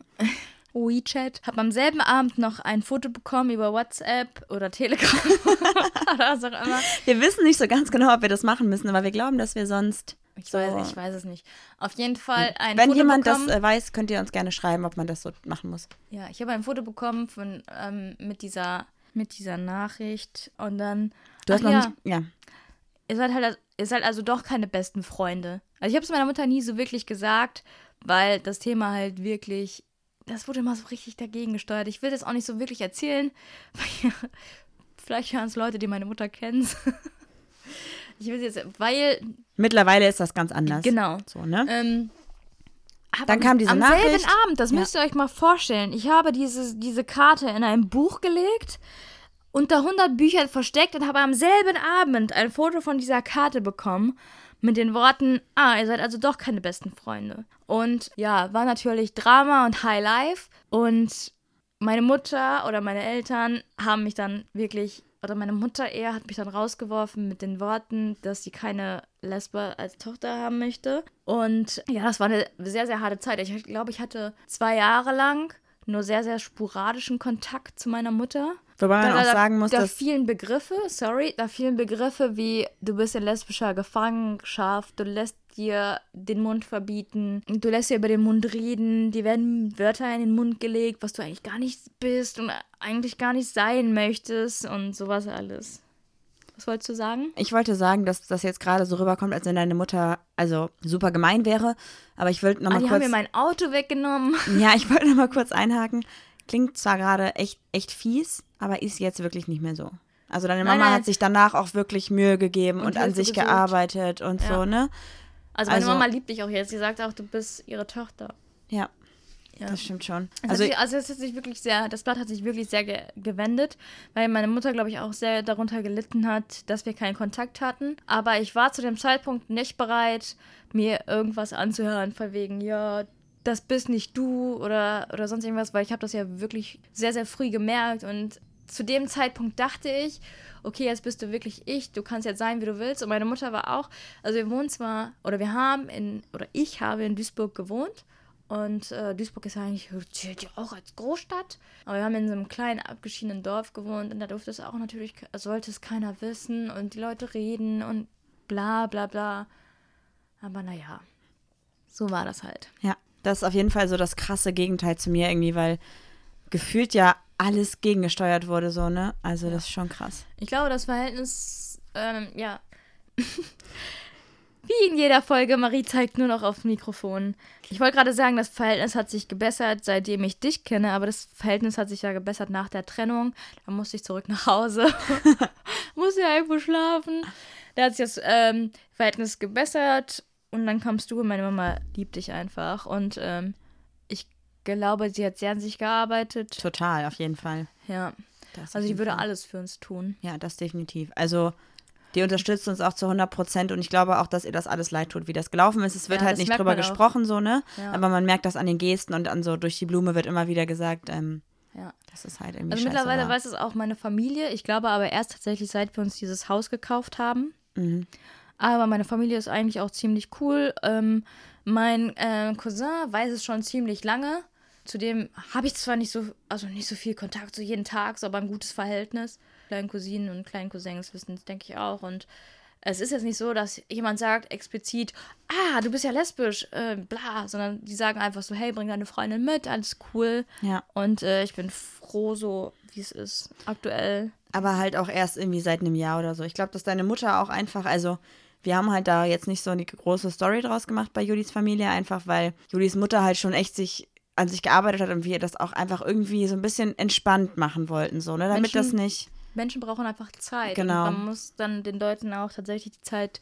WeChat. Hab am selben Abend noch ein Foto bekommen über WhatsApp oder Telegram oder was auch immer. Wir wissen nicht so ganz genau, ob wir das machen müssen, aber wir glauben, dass wir sonst... Ich weiß es nicht. Auf jeden Fall ein Wenn Foto jemand bekommen. das weiß, könnt ihr uns gerne schreiben, ob man das so machen muss. Ja, ich habe ein Foto bekommen von mit dieser Nachricht und dann... Du hast noch nicht... Ja. Ihr seid also doch keine besten Freunde. Also ich habe es meiner Mutter nie so wirklich gesagt, weil das Thema halt wirklich... Das wurde immer so richtig dagegen gesteuert. Ich will das auch nicht so wirklich erzählen. Vielleicht hören es Leute, die meine Mutter kennen. Ich will es jetzt, weil... Mittlerweile ist das ganz anders. Genau. So, ne? Dann kam diese Nachricht. Am selben Abend, das müsst ihr euch mal vorstellen. Ich habe diese Karte in ein Buch gelegt, unter 100 Büchern versteckt und habe am selben Abend ein Foto von dieser Karte bekommen. Mit den Worten, ihr seid also doch keine besten Freunde. Und ja, war natürlich Drama und High Life. Und meine Mutter oder meine Eltern haben mich dann wirklich, oder meine Mutter eher, hat mich dann rausgeworfen mit den Worten, dass sie keine Lesbe als Tochter haben möchte. Und ja, das war eine sehr, sehr harte Zeit. Ich glaube, ich hatte 2 Jahre lang nur sehr, sehr sporadischen Kontakt zu meiner Mutter. Wobei man auch sagen muss, da dass... fielen Begriffe wie, du bist in lesbischer Gefangenschaft, du lässt dir den Mund verbieten, du lässt dir über den Mund reden, dir werden Wörter in den Mund gelegt, was du eigentlich gar nicht bist und eigentlich gar nicht sein möchtest und sowas alles. Was wolltest du sagen? Ich wollte sagen, dass das jetzt gerade so rüberkommt, als wenn deine Mutter also super gemein wäre, aber ich wollte nochmal kurz... Die haben mir mein Auto weggenommen. Ja, ich wollte nochmal kurz einhaken. Klingt zwar gerade echt fies, aber ist jetzt wirklich nicht mehr so. Also deine Mama hat sich danach auch wirklich Mühe gegeben und an sich gearbeitet und so, ne? Also meine Mama liebt dich auch jetzt. Sie sagt auch, du bist ihre Tochter. Ja, das stimmt schon. Das Blatt hat sich wirklich sehr gewendet, weil meine Mutter, glaube ich, auch sehr darunter gelitten hat, dass wir keinen Kontakt hatten. Aber ich war zu dem Zeitpunkt nicht bereit, mir irgendwas anzuhören, von wegen, ja, das bist nicht du oder sonst irgendwas, weil ich habe das ja wirklich sehr, sehr früh gemerkt und zu dem Zeitpunkt dachte ich, okay, jetzt bist du wirklich ich, du kannst jetzt sein, wie du willst. Und meine Mutter war auch, also ich habe in Duisburg gewohnt und Duisburg ist ja eigentlich auch als Großstadt, aber wir haben in so einem kleinen, abgeschiedenen Dorf gewohnt und da sollte es keiner wissen und die Leute reden und bla bla bla. Aber naja, so war das halt. Ja, das ist auf jeden Fall so das krasse Gegenteil zu mir irgendwie, weil gefühlt ja alles gegengesteuert wurde so, ne? Also das ist schon krass. Ich glaube, das Verhältnis, wie in jeder Folge, Marie zeigt nur noch aufs Mikrofon. Ich wollte gerade sagen, das Verhältnis hat sich gebessert, seitdem ich dich kenne, aber das Verhältnis hat sich ja gebessert nach der Trennung. Da musste ich zurück nach Hause, musste ja irgendwo schlafen. Da hat sich das Verhältnis gebessert und dann kamst du und meine Mama liebt dich einfach und ich glaube, sie hat sehr an sich gearbeitet. Total, auf jeden Fall. Ja, also die würde alles für uns tun. Ja, das definitiv. Also die unterstützt uns auch zu 100% und ich glaube auch, dass ihr das alles leid tut, wie das gelaufen ist. Es wird halt nicht drüber gesprochen, so, ne? Ja. Aber man merkt das an den Gesten und an so durch die Blume wird immer wieder gesagt, das ist halt irgendwie also scheiße. Mittlerweile weiß es auch meine Familie. Ich glaube aber erst tatsächlich, seit wir uns dieses Haus gekauft haben. Mhm. Aber meine Familie ist eigentlich auch ziemlich cool. Mein Cousin weiß es schon ziemlich lange. Zudem habe ich zwar nicht so viel Kontakt, so jeden Tag, so aber ein gutes Verhältnis. Kleinen Cousinen und kleinen Cousins wissen es, denke ich auch. Und es ist jetzt nicht so, dass jemand sagt explizit, du bist ja lesbisch, bla, sondern die sagen einfach so, hey, bring deine Freundin mit, alles cool. Ja. Und ich bin froh, so wie es ist aktuell. Aber halt auch erst irgendwie seit einem Jahr oder so. Ich glaube, dass deine Mutter auch einfach, also wir haben halt da jetzt nicht so eine große Story draus gemacht bei Julis Familie, einfach weil Julis Mutter halt schon echt an sich gearbeitet hat und wir das auch einfach irgendwie so ein bisschen entspannt machen wollten, so, ne, damit das nicht... Menschen brauchen einfach Zeit. Genau. Und man muss dann den Leuten auch tatsächlich die Zeit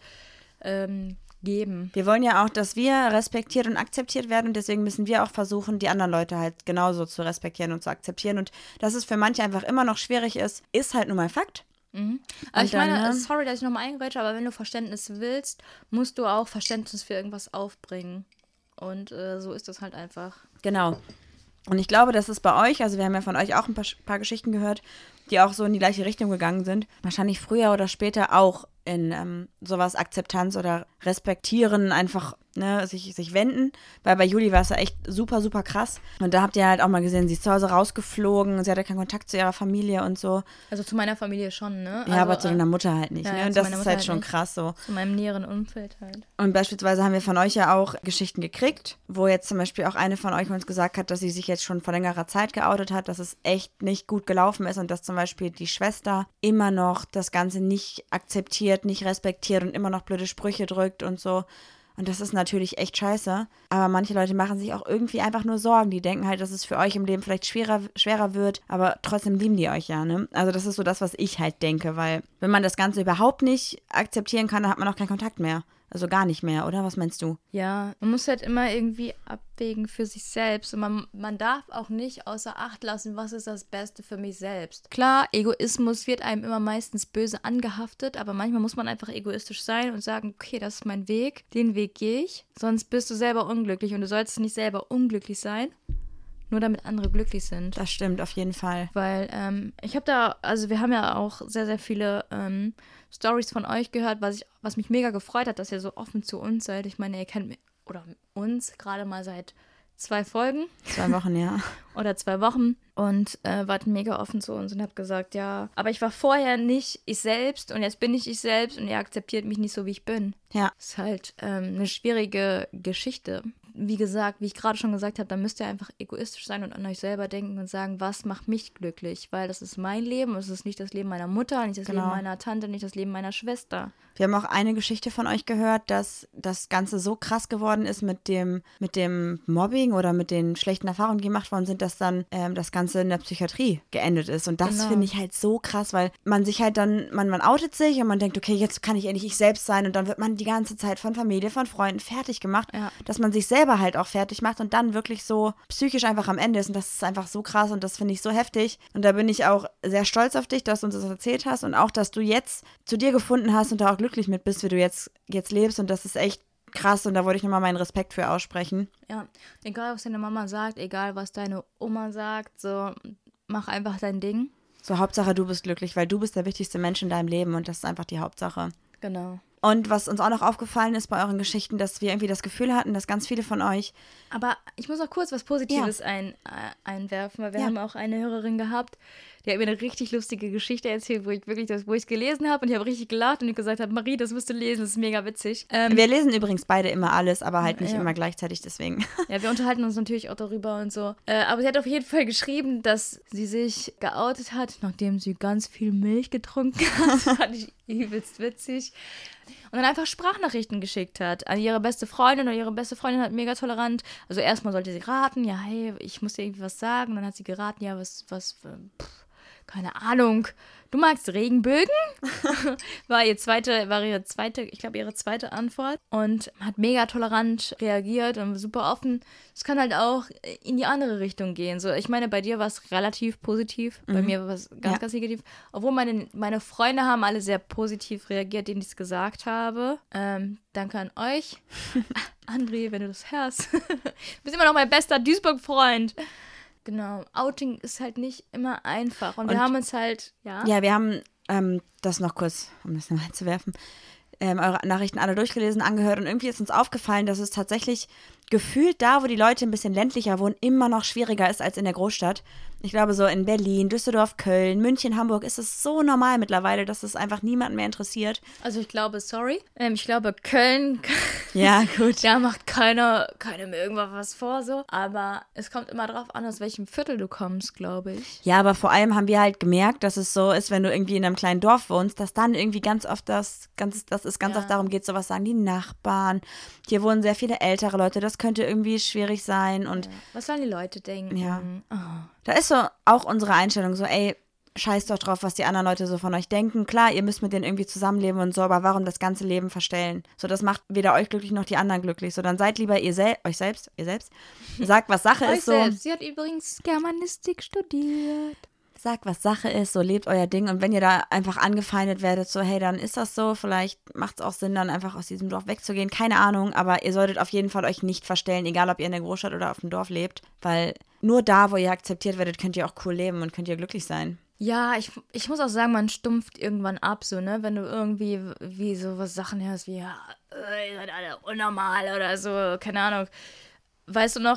geben. Wir wollen ja auch, dass wir respektiert und akzeptiert werden und deswegen müssen wir auch versuchen, die anderen Leute halt genauso zu respektieren und zu akzeptieren und dass es für manche einfach immer noch schwierig ist halt nun mal Fakt. Mhm. Also ich meine, sorry, dass ich nochmal eingrätsche, aber wenn du Verständnis willst, musst du auch Verständnis für irgendwas aufbringen. Und so ist das halt einfach. Genau. Und ich glaube, dass es bei euch, also wir haben ja von euch auch ein paar Geschichten gehört, die auch so in die gleiche Richtung gegangen sind, wahrscheinlich früher oder später auch in sowas Akzeptanz oder Respektieren einfach, ne, sich wenden, weil bei Juli war es ja echt super, super krass und da habt ihr halt auch mal gesehen, sie ist zu Hause rausgeflogen, sie hatte keinen Kontakt zu ihrer Familie und so. Also zu meiner Familie schon, ne? Ja, also, aber zu deiner Mutter halt nicht, ja, ne? Und das ist halt schon krass so. Zu meinem näheren Umfeld halt. Und beispielsweise haben wir von euch ja auch Geschichten gekriegt, wo jetzt zum Beispiel auch eine von euch uns gesagt hat, dass sie sich jetzt schon vor längerer Zeit geoutet hat, dass es echt nicht gut gelaufen ist und dass zum Beispiel die Schwester immer noch das Ganze nicht akzeptiert, nicht respektiert und immer noch blöde Sprüche drückt und so. Und das ist natürlich echt scheiße. Aber manche Leute machen sich auch irgendwie einfach nur Sorgen. Die denken halt, dass es für euch im Leben vielleicht schwerer wird, aber trotzdem lieben die euch ja, ne? Also das ist so das, was ich halt denke, weil wenn man das Ganze überhaupt nicht akzeptieren kann, dann hat man auch keinen Kontakt mehr. Also gar nicht mehr, oder? Was meinst du? Ja, man muss halt immer irgendwie abwägen für sich selbst. Und man darf auch nicht außer Acht lassen, was ist das Beste für mich selbst. Klar, Egoismus wird einem immer meistens böse angehaftet, aber manchmal muss man einfach egoistisch sein und sagen, okay, das ist mein Weg, den Weg gehe ich. Sonst bist du selber unglücklich und du solltest nicht selber unglücklich sein, nur damit andere glücklich sind. Das stimmt, auf jeden Fall. Weil wir haben ja auch sehr, sehr viele Stories von euch gehört, was mich mega gefreut hat, dass ihr so offen zu uns seid. Ich meine, ihr kennt mich oder uns gerade mal seit 2 Folgen. 2 Wochen, ja. Oder 2 Wochen und wart mega offen zu uns und habt gesagt, ja, aber ich war vorher nicht ich selbst und jetzt bin ich selbst und ihr akzeptiert mich nicht so, wie ich bin. Ja. Das ist halt eine schwierige Geschichte. Wie gesagt, wie ich gerade schon gesagt habe, da müsst ihr einfach egoistisch sein und an euch selber denken und sagen, was macht mich glücklich? Weil das ist mein Leben, es ist nicht das Leben meiner Mutter, nicht das Leben meiner Tante, nicht das Leben meiner Schwester. Wir haben auch eine Geschichte von euch gehört, dass das Ganze so krass geworden ist mit dem Mobbing oder mit den schlechten Erfahrungen, die gemacht worden sind, dass dann das Ganze in der Psychiatrie geendet ist. Und das finde ich halt so krass, weil man sich halt dann, man outet sich und man denkt, okay, jetzt kann ich endlich ich selbst sein und dann wird man die ganze Zeit von Familie, von Freunden fertig gemacht, dass man sich selber halt auch fertig macht und dann wirklich so psychisch einfach am Ende ist und das ist einfach so krass und das finde ich so heftig und da bin ich auch sehr stolz auf dich, dass du uns das erzählt hast und auch, dass du jetzt zu dir gefunden hast und da auch glücklich mit bist, wie du jetzt lebst und das ist echt krass und da wollte ich nochmal meinen Respekt für aussprechen. Ja, egal, was deine Mama sagt, egal, was deine Oma sagt, so, mach einfach dein Ding. So, Hauptsache, du bist glücklich, weil du bist der wichtigste Mensch in deinem Leben und das ist einfach die Hauptsache. Genau. Und was uns auch noch aufgefallen ist bei euren Geschichten, dass wir irgendwie das Gefühl hatten, dass ganz viele von euch... Aber ich muss auch kurz was Positives einwerfen, weil wir haben auch eine Hörerin gehabt, die hat mir eine richtig lustige Geschichte erzählt, wo ich es gelesen habe und ich habe richtig gelacht und ich gesagt habe, Marie, das musst du lesen, das ist mega witzig. Wir lesen übrigens beide immer alles, aber halt nicht immer gleichzeitig, deswegen. Ja, wir unterhalten uns natürlich auch darüber und so. Aber sie hat auf jeden Fall geschrieben, dass sie sich geoutet hat, nachdem sie ganz viel Milch getrunken hat. Fand ich übelst witzig. Und dann einfach Sprachnachrichten geschickt hat an ihre beste Freundin und ihre beste Freundin hat mega tolerant. Also erstmal sollte sie raten, ja, hey, ich muss dir irgendwie was sagen. Dann hat sie geraten, ja, keine Ahnung. Du magst Regenbögen? war ihre zweite, ich glaube, ihre zweite Antwort. Und hat mega tolerant reagiert und super offen. Es kann halt auch in die andere Richtung gehen. So, ich meine, bei dir war es relativ positiv. Bei mir war es ganz, ganz negativ. Obwohl meine Freunde haben alle sehr positiv reagiert, denen ich es gesagt habe. Danke an euch. André, wenn du das hörst. Du bist immer noch mein bester Duisburg-Freund. Genau, Outing ist halt nicht immer einfach. Und wir haben uns halt, Ja, wir haben das noch kurz, um das nochmal einzuwerfen, eure Nachrichten alle durchgelesen, angehört und irgendwie ist uns aufgefallen, dass es tatsächlich gefühlt da, wo die Leute ein bisschen ländlicher wohnen, immer noch schwieriger ist als in der Großstadt. Ich glaube, so in Berlin, Düsseldorf, Köln, München, Hamburg ist es so normal mittlerweile, dass es einfach niemanden mehr interessiert. Also ich glaube, ich glaube, Köln, ja, gut. Da macht keiner mir irgendwas was vor, so. Aber es kommt immer drauf an, aus welchem Viertel du kommst, glaube ich. Ja, aber vor allem haben wir halt gemerkt, dass es so ist, wenn du irgendwie in einem kleinen Dorf wohnst, dass dann irgendwie ganz oft oft darum geht, so was sagen die Nachbarn. Hier wohnen sehr viele ältere Leute, das könnte irgendwie schwierig sein. Und was sollen die Leute denken? Ja. Oh. Da ist so auch unsere Einstellung so, ey, scheiß doch drauf, was die anderen Leute so von euch denken. Klar, ihr müsst mit denen irgendwie zusammenleben und so, aber warum das ganze Leben verstellen? So, das macht weder euch glücklich noch die anderen glücklich. So, dann seid lieber ihr selbst. Sagt, was Sache ist so. Selbst. Sie hat übrigens Germanistik studiert. Sagt, was Sache ist, so lebt euer Ding. Und wenn ihr da einfach angefeindet werdet, so, hey, dann ist das so. Vielleicht macht es auch Sinn, dann einfach aus diesem Dorf wegzugehen. Keine Ahnung, aber ihr solltet auf jeden Fall euch nicht verstellen, egal ob ihr in der Großstadt oder auf dem Dorf lebt. Weil nur da, wo ihr akzeptiert werdet, könnt ihr auch cool leben und könnt ihr glücklich sein. Ja, ich muss auch sagen, man stumpft irgendwann ab, so, ne? Wenn du irgendwie wie so was Sachen hörst, wie, ja, ihr seid alle unnormal oder so, keine Ahnung. Weißt du noch,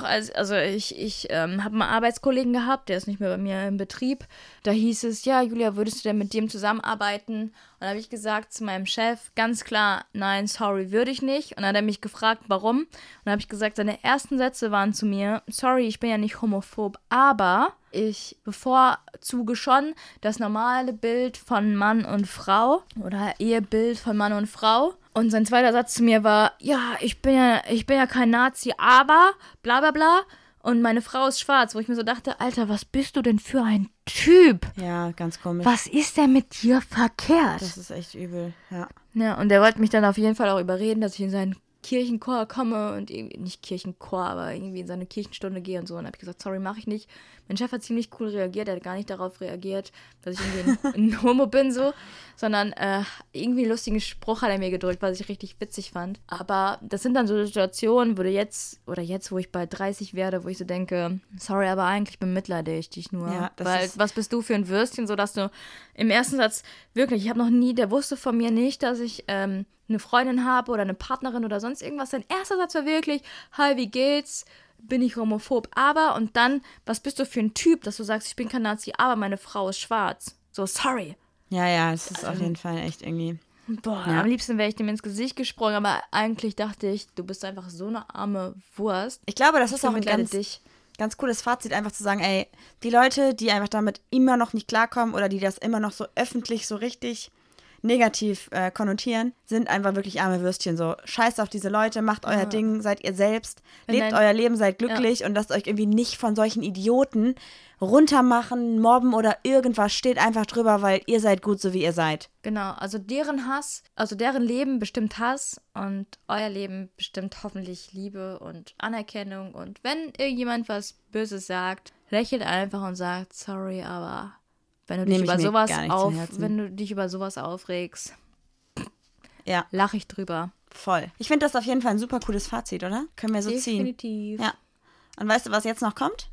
ich habe mal einen Arbeitskollegen gehabt, der ist nicht mehr bei mir im Betrieb. Da hieß es, ja, Julia, würdest du denn mit dem zusammenarbeiten? Und da habe ich gesagt zu meinem Chef, ganz klar, nein, sorry, würde ich nicht. Und dann hat er mich gefragt, warum? Und dann habe ich gesagt, seine ersten Sätze waren zu mir, sorry, ich bin ja nicht homophob, aber ich bevorzuge schon das normale Bild von Mann und Frau oder Ehebild von Mann und Frau. Und sein zweiter Satz zu mir war, ja, ich bin ja kein Nazi, aber bla bla bla. Und meine Frau ist schwarz, wo ich mir so dachte, Alter, was bist du denn für ein Typ? Ja, ganz komisch. Was ist denn mit dir verkehrt? Das ist echt übel, ja. Ja, und der wollte mich dann auf jeden Fall auch überreden, dass ich in seinen Kirchenchor komme und irgendwie, nicht Kirchenchor, aber irgendwie in seine Kirchenstunde gehe und so. Und dann habe ich gesagt, sorry, mache ich nicht. Mein Chef hat ziemlich cool reagiert, er hat gar nicht darauf reagiert, dass ich irgendwie ein Homo bin, so, sondern irgendwie einen lustigen Spruch hat er mir gedrückt, was ich richtig witzig fand. Aber das sind dann so Situationen, wo wo ich bald 30 werde, wo ich so denke, sorry, aber eigentlich bemitleide ich dich nur. Ja, weil, was bist du für ein Würstchen, so dass du im ersten Satz, wirklich, der wusste von mir nicht, dass ich eine Freundin habe oder eine Partnerin oder sonst irgendwas. Sein erster Satz war wirklich, hi, wie geht's? Bin ich homophob? Aber, und dann, was bist du für ein Typ, dass du sagst, ich bin kein Nazi, aber meine Frau ist schwarz. So, sorry. Ja, es ist auf jeden Fall echt irgendwie... Boah, am liebsten wäre ich dem ins Gesicht gesprungen, aber eigentlich dachte ich, du bist einfach so eine arme Wurst. Ich glaube, das ist auch ein ganz cooles Fazit, einfach zu sagen, ey, die Leute, die einfach damit immer noch nicht klarkommen oder die das immer noch so öffentlich so richtig negativ konnotieren, sind einfach wirklich arme Würstchen. So, scheißt auf diese Leute, macht euer Ding, seid ihr selbst, lebt euer Leben, seid glücklich und lasst euch irgendwie nicht von solchen Idioten runtermachen, mobben oder irgendwas. Steht einfach drüber, weil ihr seid gut, so wie ihr seid. Genau, also deren Leben bestimmt Hass und euer Leben bestimmt hoffentlich Liebe und Anerkennung. Und wenn irgendjemand was Böses sagt, lächelt einfach und sagt, sorry, aber wenn du dich über sowas aufregst, lach ich drüber. Voll. Ich finde das auf jeden Fall ein super cooles Fazit, oder? Können wir so ziehen. Definitiv. Ja. Und weißt du, was jetzt noch kommt?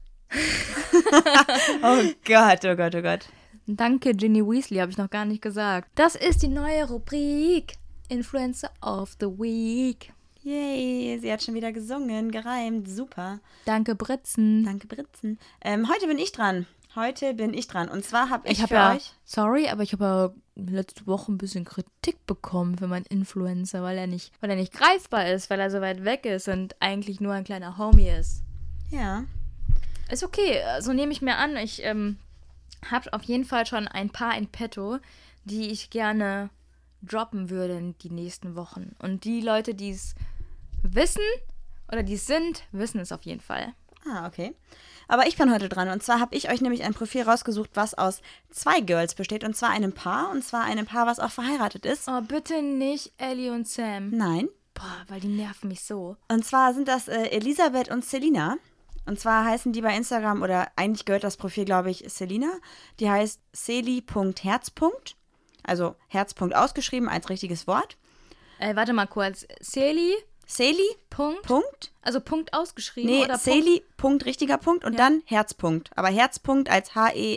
Oh Gott, oh Gott, oh Gott. Danke, Ginny Weasley, habe ich noch gar nicht gesagt. Das ist die neue Rubrik. Influencer of the Week. Yay, sie hat schon wieder gesungen, gereimt, super. Danke, Britzen. Danke, Britzen. Heute bin ich dran. Und zwar habe ich für ja, euch... Sorry, aber ich habe ja letzte Woche ein bisschen Kritik bekommen für meinen Influencer, weil er nicht greifbar ist, weil er so weit weg ist und eigentlich nur ein kleiner Homie ist. Ja. Ist okay, so nehme ich mir an. Ich habe auf jeden Fall schon ein paar in petto, die ich gerne droppen würde in die nächsten Wochen. Und die Leute, die es wissen oder die es sind, wissen es auf jeden Fall. Ah, okay. Aber ich bin heute dran. Und zwar habe ich euch nämlich ein Profil rausgesucht, was aus 2 Girls besteht. Und zwar einem Paar. Und zwar einem Paar, was auch verheiratet ist. Oh, bitte nicht Ellie und Sam. Nein. Boah, weil die nerven mich so. Und zwar sind das Elisabeth und Selina. Und zwar heißen die bei Instagram, oder eigentlich gehört das Profil, glaube ich, Selina. Die heißt seli.herz. Also Herzpunkt ausgeschrieben als richtiges Wort. Warte mal kurz. Seli? Punkt. Also Punkt ausgeschrieben? Nee, oder Seli, Punkt, richtiger Punkt und dann Herzpunkt. Aber Herzpunkt als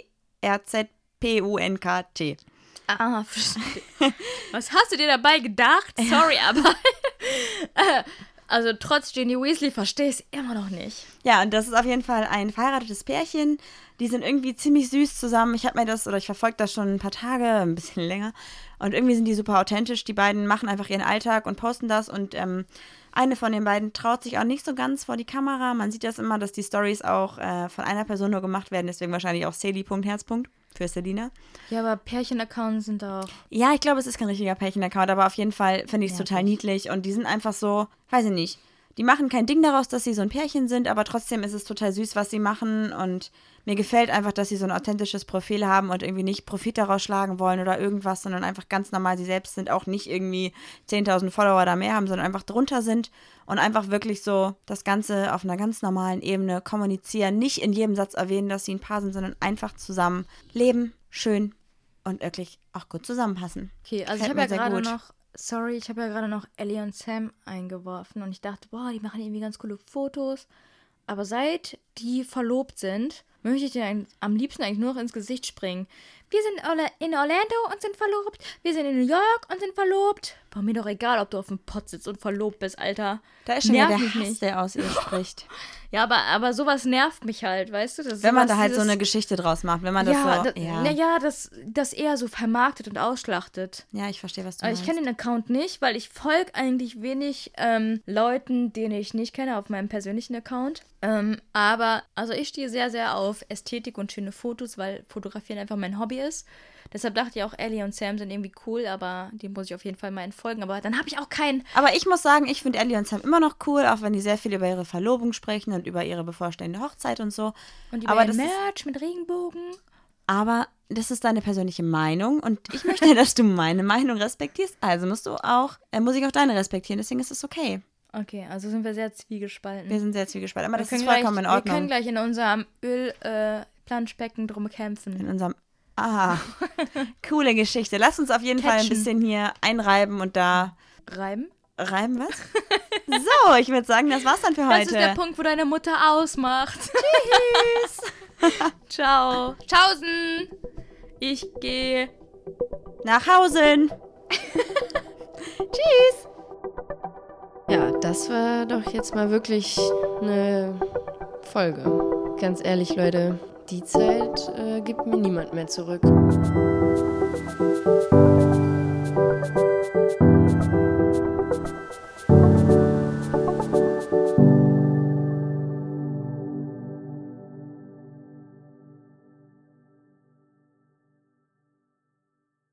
Herzpunkt. Ah, verstehe. Was hast du dir dabei gedacht? Sorry, aber... Also trotz Ginny Weasley verstehe ich es immer noch nicht. Ja, und das ist auf jeden Fall ein verheiratetes Pärchen. Die sind irgendwie ziemlich süß zusammen. Ich verfolge das schon ein paar Tage, ein bisschen länger. Und irgendwie sind die super authentisch. Die beiden machen einfach ihren Alltag und posten das. Und eine von den beiden traut sich auch nicht so ganz vor die Kamera. Man sieht das immer, dass die Storys auch von einer Person nur gemacht werden. Deswegen wahrscheinlich auch Seli.Herz. Für Selina. Ja, aber Pärchen-Accounts sind auch... Ja, ich glaube, es ist kein richtiger Pärchen-Account, aber auf jeden Fall finde ich es total niedlich. Und die sind einfach so, weiß ich nicht, die machen kein Ding daraus, dass sie so ein Pärchen sind, aber trotzdem ist es total süß, was sie machen. Und mir gefällt einfach, dass sie so ein authentisches Profil haben und irgendwie nicht Profit daraus schlagen wollen oder irgendwas, sondern einfach ganz normal sie selbst sind, auch nicht irgendwie 10.000 Follower oder mehr haben, sondern einfach drunter sind und einfach wirklich so das Ganze auf einer ganz normalen Ebene kommunizieren, nicht in jedem Satz erwähnen, dass sie ein Paar sind, sondern einfach zusammen leben, schön und wirklich auch gut zusammenpassen. Okay, also ich habe ja gerade noch Ellie und Sam eingeworfen und ich dachte, boah, die machen irgendwie ganz coole Fotos. Aber seit die verlobt sind, möchte ich denen am liebsten eigentlich nur noch ins Gesicht springen. Wir sind in Orlando und sind verlobt. Wir sind in New York und sind verlobt. Boah, mir doch egal, ob du auf dem Pott sitzt und verlobt bist, Alter. Da ist schon wieder der Hass, der aus ihr spricht. Ja, aber sowas nervt mich halt, weißt du? Wenn man da halt so eine Geschichte draus macht, wenn man das so... das eher so vermarktet und ausschlachtet. Ja, ich verstehe, was du meinst. Ich kenne den Account nicht, weil ich folge eigentlich wenig Leuten, denen ich nicht kenne, auf meinem persönlichen Account. Aber also ich stehe sehr, sehr auf Ästhetik und schöne Fotos, weil Fotografieren einfach mein Hobby ist. Deshalb dachte ich auch, Ellie und Sam sind irgendwie cool, aber die muss ich auf jeden Fall mal entfolgen. Aber dann habe ich auch keinen... Aber ich muss sagen, ich finde Ellie und Sam immer noch cool, auch wenn die sehr viel über ihre Verlobung sprechen und über ihre bevorstehende Hochzeit und so. Und über ihr Merch mit Regenbogen. Aber das ist deine persönliche Meinung und ich möchte, dass du meine Meinung respektierst. Also muss ich auch deine respektieren, deswegen ist es okay. Okay, also sind wir sehr zwiegespalten. Wir sind sehr zwiegespalten, aber das ist vollkommen in Ordnung. Wir können gleich in unserem Ölplanschbecken drum kämpfen. In unserem... Ah, coole Geschichte. Lass uns auf jeden Fall ein bisschen hier einreiben und da... Reiben? Reiben was? So, ich würde sagen, das war's dann für heute. Das ist der Punkt, wo deine Mutter ausmacht. Tschüss. Ciao. Tschaußen. Ich gehe nach Hause. Tschüss. Ja, das war doch jetzt mal wirklich eine Folge. Ganz ehrlich, Leute, die Zeit gibt mir niemand mehr zurück.